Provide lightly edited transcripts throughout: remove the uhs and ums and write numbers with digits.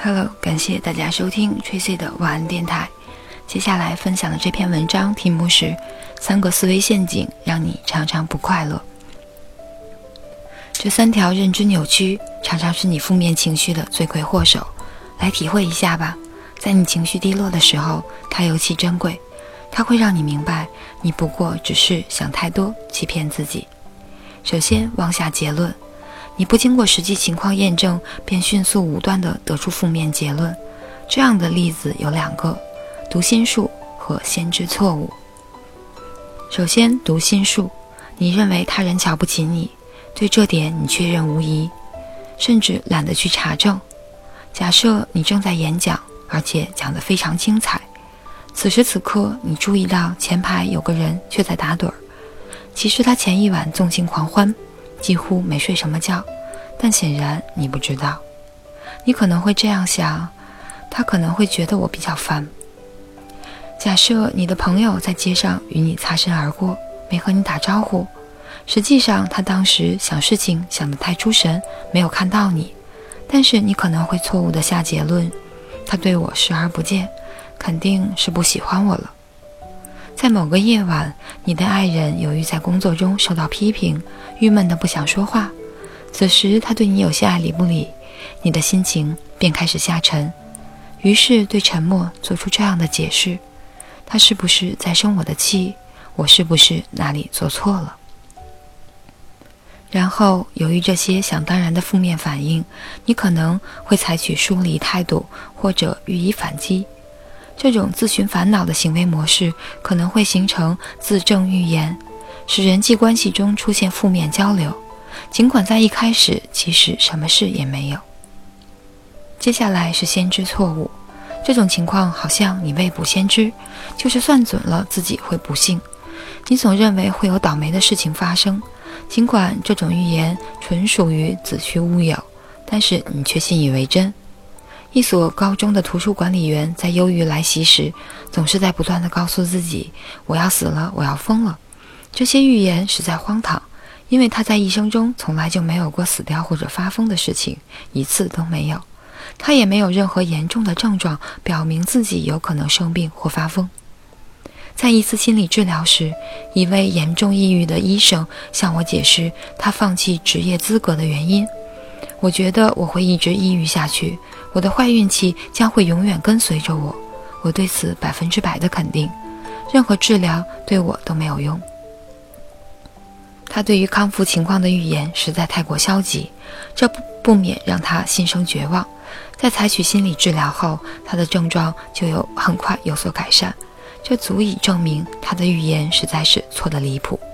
Hello， 感谢大家收听 Tracy 的晚安电台。接下来分享的这篇文章题目是3个思维陷阱让你常常不快乐。这3条认知扭曲常常是你负面情绪的罪魁祸首，来体会一下吧。在你情绪低落的时候，它尤其珍贵，它会让你明白你不过只是想太多，欺骗自己。首先妄下结论，你不经过实际情况验证便迅速武断地得出负面结论，这样的例子有2个，读心术和先知错误。首先读心术，你认为他人瞧不起你，对这点你确认无疑，甚至懒得去查证。假设你正在演讲，而且讲得非常精彩，此时此刻你注意到前排有个人却在打盹儿，其实他前一晚纵情狂欢，几乎没睡什么觉，但显然你不知道。你可能会这样想，他可能会觉得我比较烦。假设你的朋友在街上与你擦身而过，没和你打招呼，实际上他当时想事情想得太出神，没有看到你，但是你可能会错误地下结论，他对我视而不见，肯定是不喜欢我了。在某个夜晚，你的爱人由于在工作中受到批评，郁闷得不想说话，此时他对你有些爱理不理，你的心情便开始下沉，于是对沉默做出这样的解释：他是不是在生我的气？我是不是哪里做错了？然后由于这些想当然的负面反应，你可能会采取疏离态度，或者予以反击。这种自寻烦恼的行为模式可能会形成自证预言，使人际关系中出现负面交流，尽管在一开始其实什么事也没有。接下来是先知错误，这种情况好像你未卜先知，就是算准了自己会不幸。你总认为会有倒霉的事情发生，尽管这种预言纯属于子虚乌有，但是你却信以为真。一所高中的图书管理员在忧郁来袭时，总是在不断地告诉自己，我要死了，我要疯了。这些预言实在荒唐，因为他在一生中从来就没有过死掉或者发疯的事情，一次都没有。他也没有任何严重的症状表明自己有可能生病或发疯。在一次心理治疗时，一位严重抑郁的医生向我解释他放弃职业资格的原因。我觉得我会一直抑郁下去，我的坏运气将会永远跟随着我。我对此100%的肯定，任何治疗对我都没有用。他对于康复情况的预言实在太过消极，这不免让他心生绝望。在采取心理治疗后，他的症状就很快有所改善，这足以证明他的预言实在是错得离谱。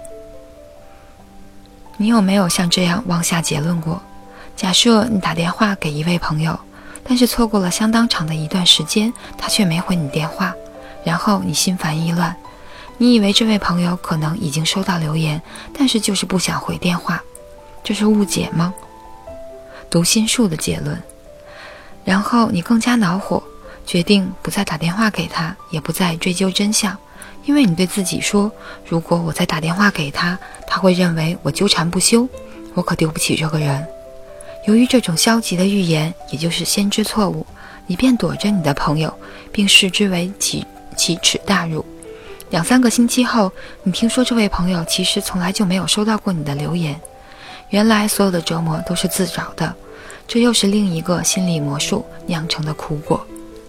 你有没有像这样妄下结论过？假设你打电话给一位朋友，但是错过了相当长的一段时间，他却没回你电话，然后你心烦意乱，你以为这位朋友可能已经收到留言，但是就是不想回电话，这是误解吗？读心术的结论。然后你更加恼火，决定不再打电话给他，也不再追究真相，因为你对自己说，如果我再打电话给他，他会认为我纠缠不休，我可丢不起这个人。由于这种消极的预言，也就是先知错误，你便躲着你的朋友，并视之为奇耻大辱。2-3个星期后，你听说这位朋友其实从来就没有收到过你的留言，原来所有的折磨都是自找的，这又是另一个心理魔术酿成的苦果。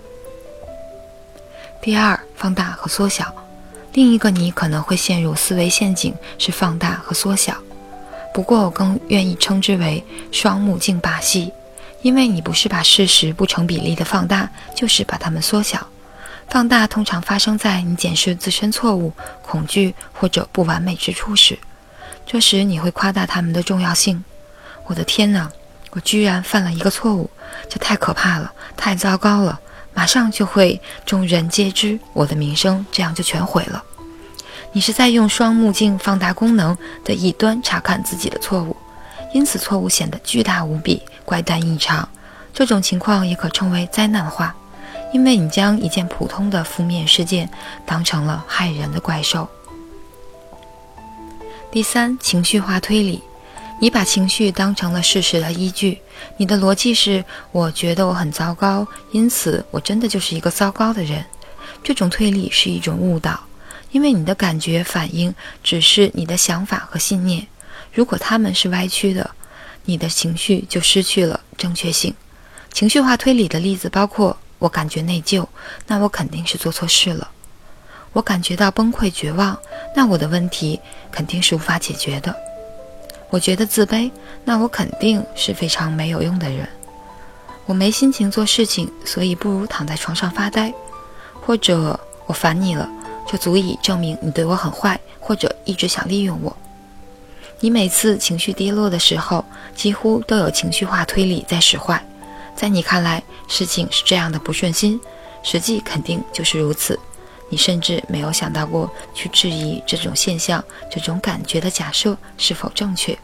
第2，放大和缩小。另一个你可能会陷入思维陷阱是放大和缩小，不过我更愿意称之为双目镜把戏，因为你不是把事实不成比例的放大，就是把它们缩小。放大通常发生在你检视自身错误、恐惧或者不完美之处时，这时你会夸大它们的重要性。我的天哪，我居然犯了一个错误，这太可怕了，太糟糕了，马上就会众人皆知，我的名声这样就全毁了。你是在用双目镜放大功能的一端查看自己的错误，因此错误显得巨大无比，怪诞异常。这种情况也可称为灾难化，因为你将一件普通的负面事件当成了害人的怪兽。第3，情绪化推理。 你把情绪当成了事实的依据，你的逻辑是我觉得我很糟糕，因此我真的就是一个糟糕的人。这种推理是一种误导，因为你的感觉反应只是你的想法和信念，如果它们是歪曲的，你的情绪就失去了正确性。情绪化推理的例子包括：我感觉内疚，那我肯定是做错事了；我感觉到崩溃绝望，那我的问题肯定是无法解决的；我觉得自卑，那我肯定是非常没有用的人；我没心情做事情，所以不如躺在床上发呆；或者我烦你了，这足以证明你对我很坏，或者一直想利用我。你每次情绪低落的时候，几乎都有情绪化推理在使坏。在你看来，事情是这样的不顺心，实际肯定就是如此。你甚至没有想到过去质疑这种现象、这种感觉的假设是否正确。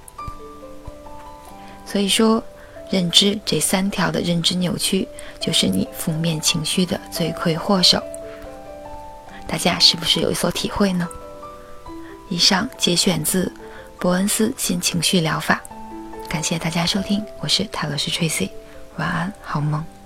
所以说，认知这3条的认知扭曲，就是你负面情绪的罪魁祸首。大家是不是有所体会呢？以上节选自伯恩斯新情绪疗法。感谢大家收听，我是泰勒斯 Tracy， 晚安，好梦。